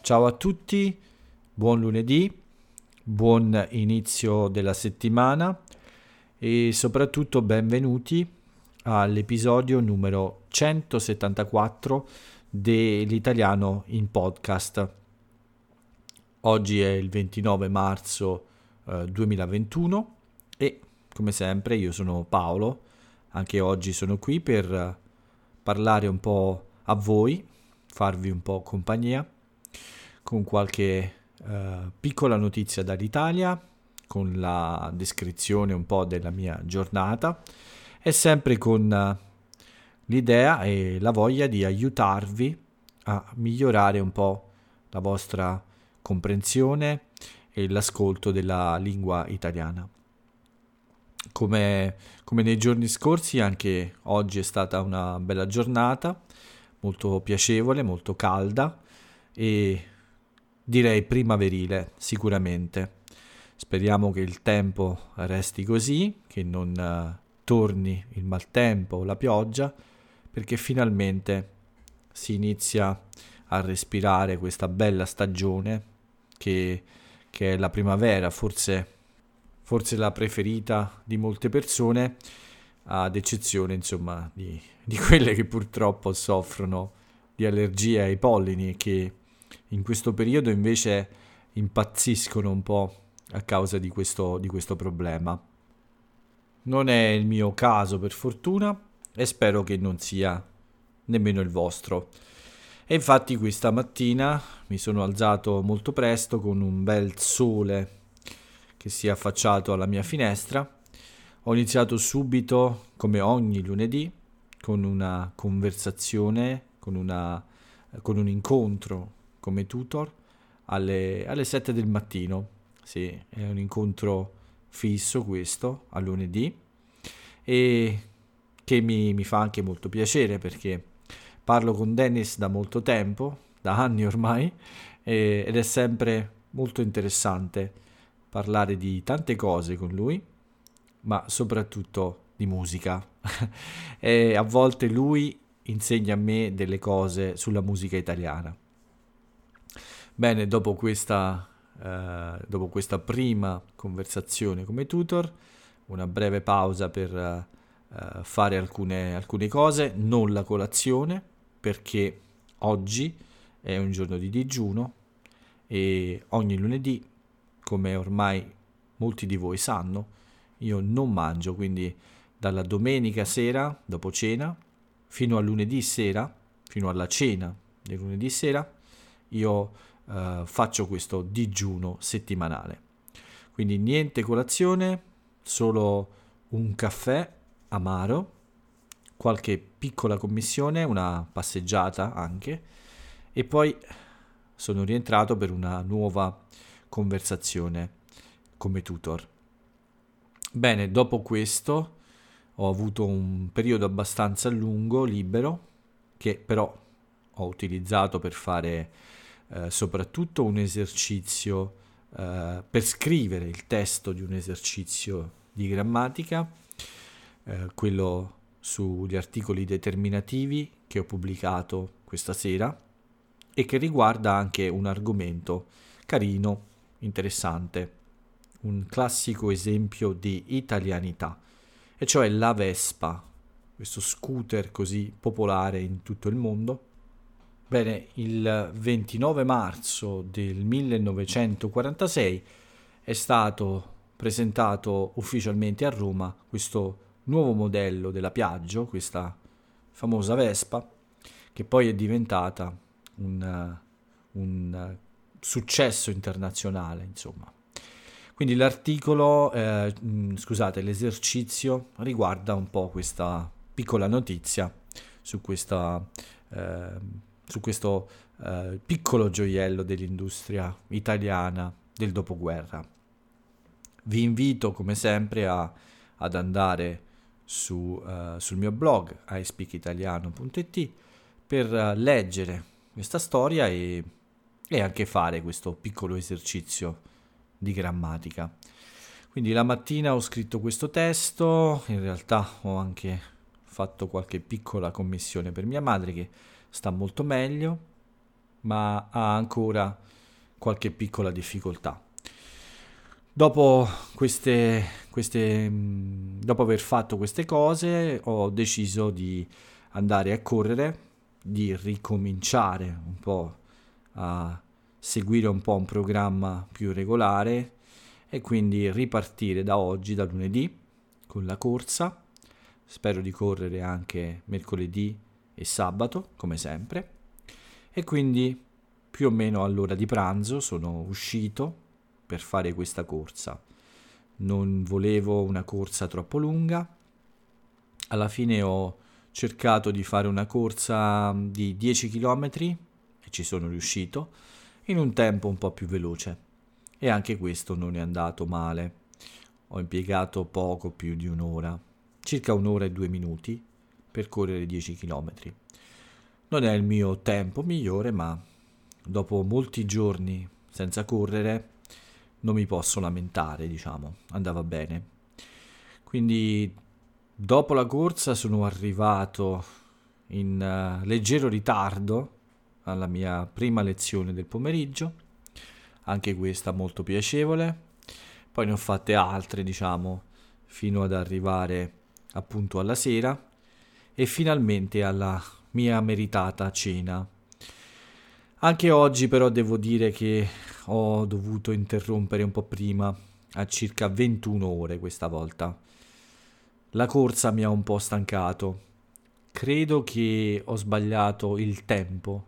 Ciao a tutti, buon lunedì, buon inizio della settimana e soprattutto benvenuti all'episodio numero 174 dell'Italiano in Podcast. Oggi è il 29 marzo 2021 e come sempre io sono Paolo, anche oggi sono qui per parlare un po' a voi, farvi un po' compagnia con qualche piccola notizia dall'Italia, con la descrizione un po' della mia giornata e sempre con l'idea e la voglia di aiutarvi a migliorare un po' la vostra comprensione e l'ascolto della lingua italiana. Come nei giorni scorsi, anche oggi è stata una bella giornata, molto piacevole, molto calda e direi primaverile sicuramente. Speriamo che il tempo resti così, che non torni il maltempo o la pioggia, perché finalmente si inizia a respirare questa bella stagione che è la primavera, forse la preferita di molte persone, ad eccezione insomma di quelle che purtroppo soffrono di allergie ai pollini, che in questo periodo invece impazziscono un po' a causa di questo problema. Non è il mio caso per fortuna e spero che non sia nemmeno il vostro. E infatti questa mattina mi sono alzato molto presto con un bel sole che si è affacciato alla mia finestra. Ho iniziato subito, come ogni lunedì, con una conversazione, con un incontro come tutor alle 7 del mattino. Sì, è un incontro fisso questo, a lunedì, e che mi fa anche molto piacere perché parlo con Dennis da molto tempo, da anni ormai, ed è sempre molto interessante parlare di tante cose con lui, ma soprattutto di musica. E a volte lui insegna a me delle cose sulla musica italiana. Bene, dopo questa prima conversazione come tutor, una breve pausa per fare alcune cose, non la colazione, perché oggi è un giorno di digiuno e ogni lunedì, come ormai molti di voi sanno, io non mangio, quindi dalla domenica sera, dopo cena, fino a lunedì sera, fino alla cena del lunedì sera, io faccio questo digiuno settimanale. Quindi niente colazione, solo un caffè amaro, qualche piccola commissione, una passeggiata anche, e poi sono rientrato per una nuova conversazione come tutor. Bene, dopo questo ho avuto un periodo abbastanza lungo, libero, che però ho utilizzato per fare soprattutto un esercizio, per scrivere il testo di un esercizio di grammatica, quello sugli articoli determinativi che ho pubblicato questa sera e che riguarda anche un argomento carino, interessante, un classico esempio di italianità, e cioè la Vespa, questo scooter così popolare in tutto il mondo. Bene, il 29 marzo del 1946 è stato presentato ufficialmente a Roma questo nuovo modello della Piaggio, questa famosa Vespa, che poi è diventata un successo internazionale, insomma. Quindi l'esercizio riguarda un po' questa piccola notizia su questo piccolo gioiello dell'industria italiana del dopoguerra. Vi invito come sempre ad andare sul mio blog ispeakitaliano.it per leggere questa storia e anche fare questo piccolo esercizio di grammatica. Quindi la mattina ho scritto questo testo, in realtà ho anche fatto qualche piccola commissione per mia madre che sta molto meglio, ma ha ancora qualche piccola difficoltà. Dopo dopo aver fatto queste cose, ho deciso di andare a correre, di ricominciare un po' a seguire un po' un programma più regolare e quindi ripartire da oggi, da lunedì, con la corsa. Spero di correre anche mercoledì e sabato, come sempre. E quindi più o meno all'ora di pranzo sono uscito per fare questa corsa. Non volevo una corsa troppo lunga. Alla fine ho cercato di fare una corsa di 10 km e ci sono riuscito in un tempo un po' più veloce. E anche questo non è andato male. Ho impiegato poco più di un'ora, circa un'ora e 2 minuti per correre 10 km. Non è il mio tempo migliore, ma dopo molti giorni senza correre non mi posso lamentare, diciamo, andava bene. Quindi dopo la corsa sono arrivato in leggero ritardo alla mia prima lezione del pomeriggio, anche questa molto piacevole. Poi ne ho fatte altre, diciamo, fino ad arrivare appunto alla sera e finalmente alla mia meritata cena. Anche oggi però devo dire che ho dovuto interrompere un po' prima, a circa 21 ore questa volta. La corsa mi ha un po' stancato. Credo che ho sbagliato il tempo.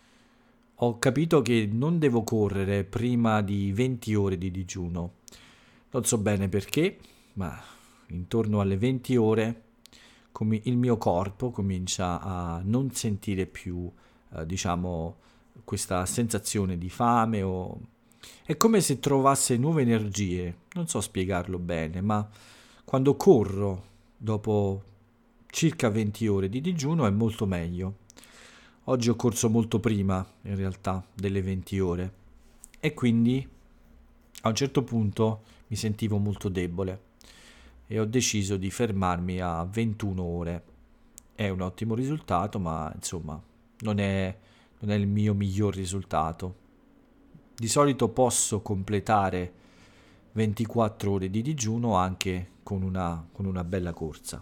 Ho capito che non devo correre prima di 20 ore di digiuno. Non so bene perché, ma intorno alle 20 ore il mio corpo comincia a non sentire più, diciamo, questa sensazione di fame o... È come se trovasse nuove energie. Non so spiegarlo bene, ma quando corro dopo circa 20 ore di digiuno è molto meglio. Oggi ho corso molto prima, in realtà, delle 20 ore e quindi a un certo punto mi sentivo molto debole e ho deciso di fermarmi a 21 ore. È un ottimo risultato, ma insomma non è il mio miglior risultato. Di solito posso completare 24 ore di digiuno anche con una bella corsa.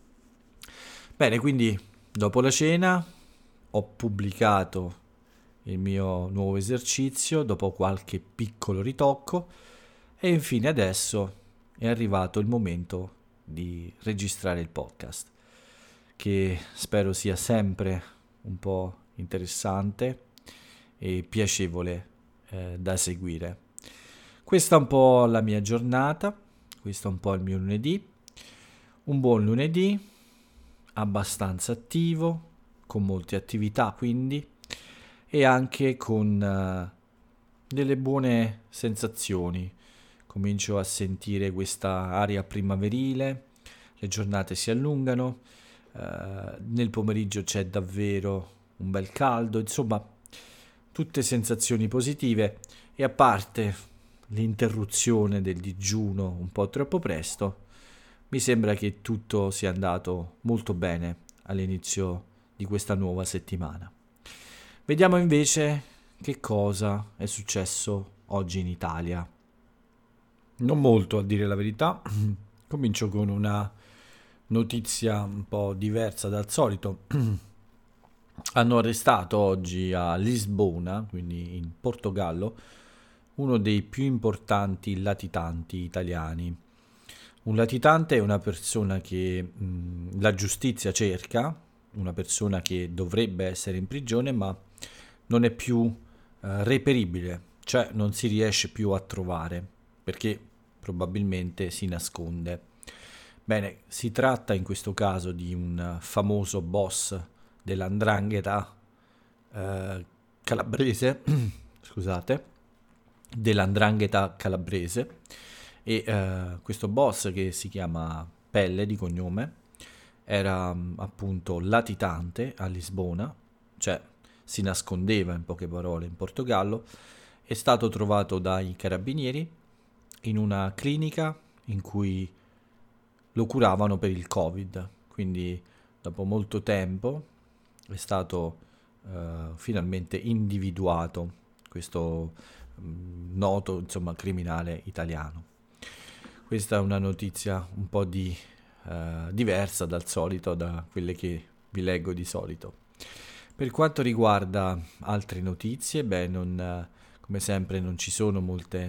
Bene, quindi dopo la cena ho pubblicato il mio nuovo esercizio dopo qualche piccolo ritocco e infine adesso è arrivato il momento di registrare il podcast, che spero sia sempre un po' interessante e piacevole da seguire. Questa è un po' la mia giornata, questo è un po' il mio lunedì, un buon lunedì, abbastanza attivo, con molte attività quindi, e anche con delle buone sensazioni. Comincio a sentire questa aria primaverile, le giornate si allungano, nel pomeriggio c'è davvero un bel caldo, insomma, tutte sensazioni positive e a parte l'interruzione del digiuno un po' troppo presto, mi sembra che tutto sia andato molto bene all'inizio di questa nuova settimana. Vediamo invece che cosa è successo oggi in Italia. Non molto, a dire la verità. Comincio con una notizia un po' diversa dal solito. Hanno arrestato oggi a Lisbona, quindi in Portogallo, uno dei più importanti latitanti italiani. Un latitante è una persona che la giustizia cerca, una persona che dovrebbe essere in prigione ma non è più reperibile, cioè non si riesce più a trovare perché probabilmente si nasconde. Bene, si tratta in questo caso di un famoso boss dell''ndrangheta calabrese, scusate, dell''ndrangheta calabrese e questo boss che si chiama Pelle di cognome era appunto latitante a Lisbona, cioè si nascondeva in poche parole in Portogallo, è stato trovato dai carabinieri in una clinica in cui lo curavano per il Covid, quindi dopo molto tempo è stato finalmente individuato questo noto, insomma, criminale italiano. Questa è una notizia un po' diversa dal solito, da quelle che vi leggo di solito. Per quanto riguarda altre notizie, come sempre non ci sono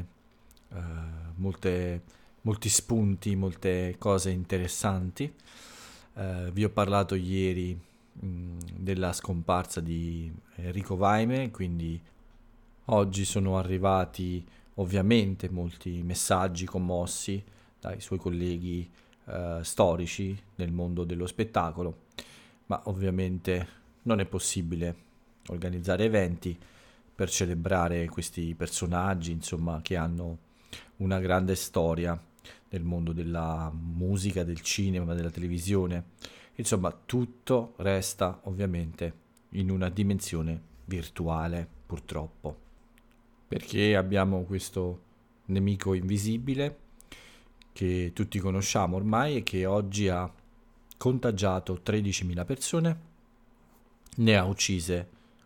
molti spunti, molte cose interessanti. Vi ho parlato ieri della scomparsa di Enrico Vaime, quindi oggi sono arrivati ovviamente molti messaggi commossi dai suoi colleghi storici nel mondo dello spettacolo, ma ovviamente non è possibile organizzare eventi per celebrare questi personaggi, insomma, che hanno una grande storia nel mondo della musica, del cinema, della televisione. Insomma, tutto resta ovviamente in una dimensione virtuale, purtroppo, perché abbiamo questo nemico invisibile che tutti conosciamo ormai e che oggi ha contagiato 13.000 persone, ne ha uccise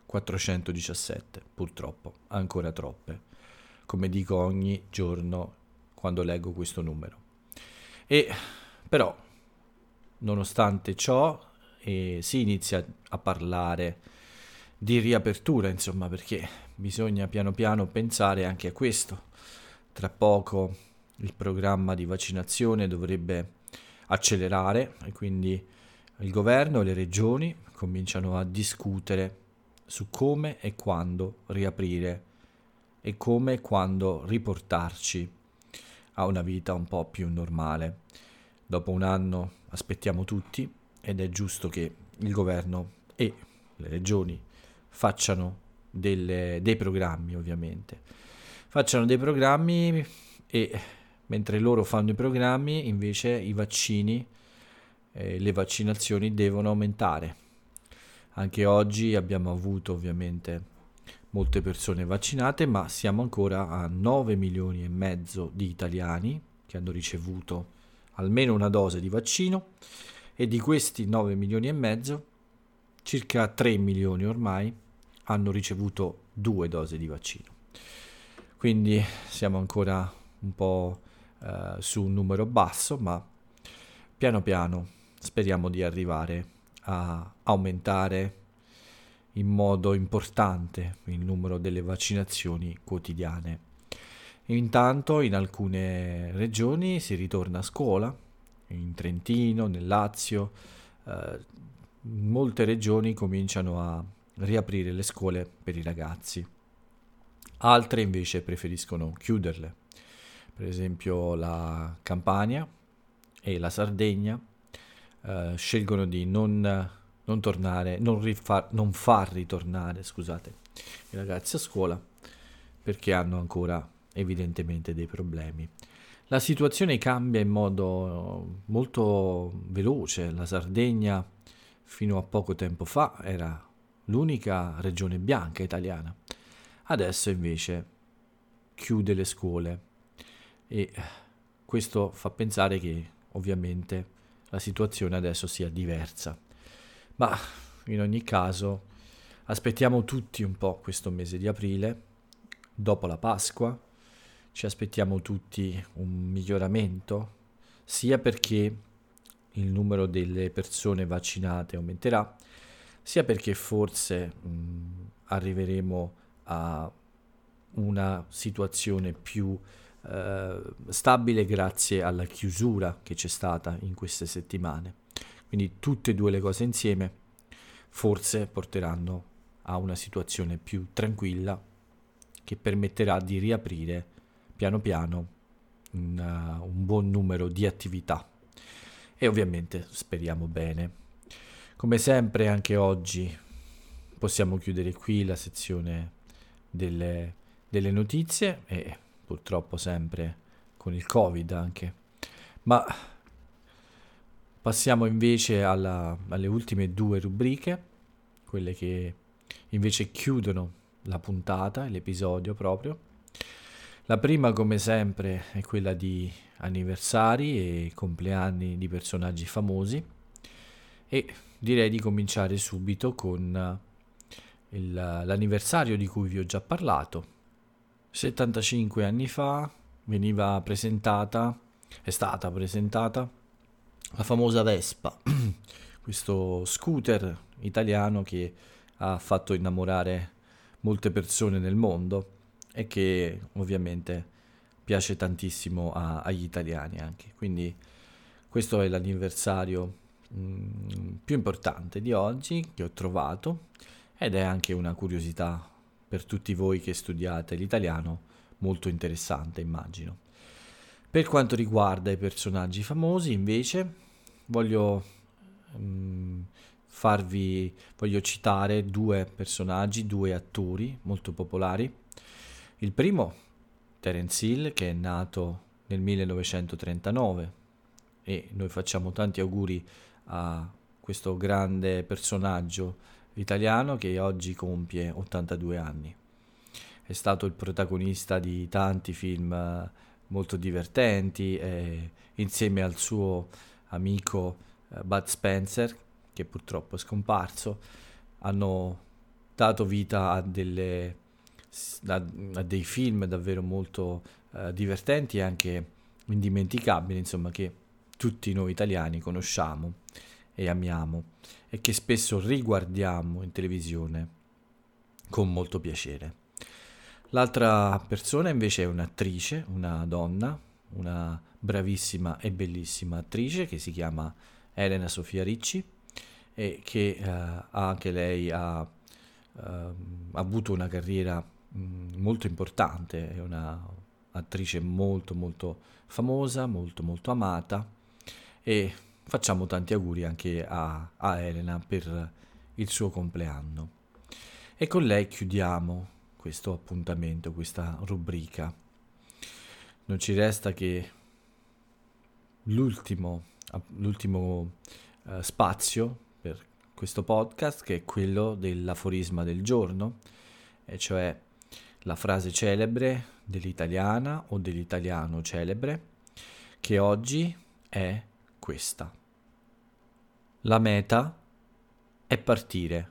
417, purtroppo, ancora troppe, come dico ogni giorno quando leggo questo numero. E però, nonostante ciò, si inizia a parlare di riapertura, insomma, perché bisogna piano piano pensare anche a questo. Tra poco il programma di vaccinazione dovrebbe accelerare e quindi il governo e le regioni cominciano a discutere su come e quando riaprire e come e quando riportarci a una vita un po' più normale. Dopo un anno aspettiamo tutti ed è giusto che il governo e le regioni facciano dei programmi, ovviamente. Facciano dei programmi e mentre loro fanno i programmi, invece i vaccini le vaccinazioni devono aumentare. Anche oggi abbiamo avuto ovviamente molte persone vaccinate, ma siamo ancora a 9 milioni e mezzo di italiani che hanno ricevuto almeno una dose di vaccino e di questi 9 milioni e mezzo circa 3 milioni ormai hanno ricevuto 2 dosi di vaccino. Quindi siamo ancora un po' su un numero basso, ma piano piano speriamo di arrivare a aumentare in modo importante il numero delle vaccinazioni quotidiane. Intanto in alcune regioni si ritorna a scuola, in Trentino, nel Lazio, molte regioni cominciano a riaprire le scuole per i ragazzi. Altre invece preferiscono chiuderle. Per esempio la Campania e la Sardegna scelgono di non far ritornare, scusate, i ragazzi a scuola perché hanno ancora evidentemente dei problemi. La situazione cambia in modo molto veloce. La Sardegna fino a poco tempo fa era l'unica regione bianca italiana. Adesso invece chiude le scuole e questo fa pensare che ovviamente la situazione adesso sia diversa. Ma in ogni caso aspettiamo tutti un po' questo mese di aprile, dopo la Pasqua, ci aspettiamo tutti un miglioramento, sia perché il numero delle persone vaccinate aumenterà, sia perché forse arriveremo a una situazione più stabile grazie alla chiusura che c'è stata in queste settimane. Quindi tutte e due le cose insieme forse porteranno a una situazione più tranquilla che permetterà di riaprire piano piano un buon numero di attività e ovviamente speriamo bene. Come sempre anche oggi possiamo chiudere qui la sezione delle notizie e purtroppo sempre con il Covid anche, ma passiamo invece alle ultime due rubriche, quelle che invece chiudono la puntata, l'episodio proprio. La prima, come sempre, è quella di anniversari e compleanni di personaggi famosi e direi di cominciare subito con l'anniversario di cui vi ho già parlato. 75 anni fa è stata presentata la famosa Vespa, questo scooter italiano che ha fatto innamorare molte persone nel mondo e che ovviamente piace tantissimo agli italiani anche. Quindi questo è l'anniversario più importante di oggi che ho trovato, ed è anche una curiosità per tutti voi che studiate l'italiano, molto interessante, immagino. Per quanto riguarda i personaggi famosi, invece, voglio voglio citare due personaggi, due attori molto popolari. Il primo, Terence Hill, che è nato nel 1939, e noi facciamo tanti auguri a questo grande personaggio italiano che oggi compie 82 anni. È stato il protagonista di tanti film molto divertenti, insieme al suo amico Bud Spencer, che purtroppo è scomparso. Hanno dato vita a dei film davvero molto divertenti e anche indimenticabili, insomma, che tutti noi italiani conosciamo e amiamo e che spesso riguardiamo in televisione con molto piacere. L'altra persona invece è un'attrice, una donna, una bravissima e bellissima attrice che si chiama Elena Sofia Ricci, e che anche lei ha avuto una carriera molto importante. È una attrice molto molto famosa, molto molto amata, e facciamo tanti auguri anche a Elena per il suo compleanno. E con lei chiudiamo questo appuntamento, questa rubrica. Non ci resta che l'ultimo spazio per questo podcast, che è quello dell'aforisma del giorno, e cioè la frase celebre dell'italiana o dell'italiano celebre, che oggi è questa: la meta è partire.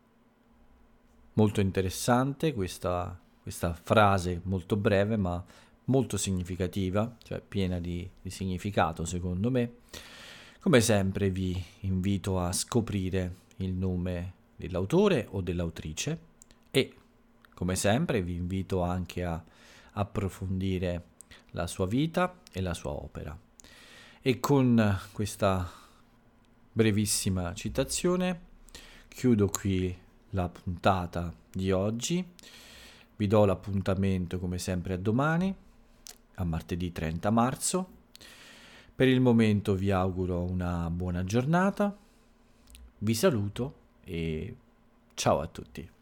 Molto interessante questa frase, molto breve ma molto significativa, cioè piena di significato secondo me. Come sempre vi invito a scoprire il nome dell'autore o dell'autrice, e come sempre vi invito anche a approfondire la sua vita e la sua opera. E con questa brevissima citazione chiudo qui la puntata di oggi. Vi do l'appuntamento come sempre a domani, a martedì 30 marzo. Per il momento vi auguro una buona giornata, vi saluto e ciao a tutti.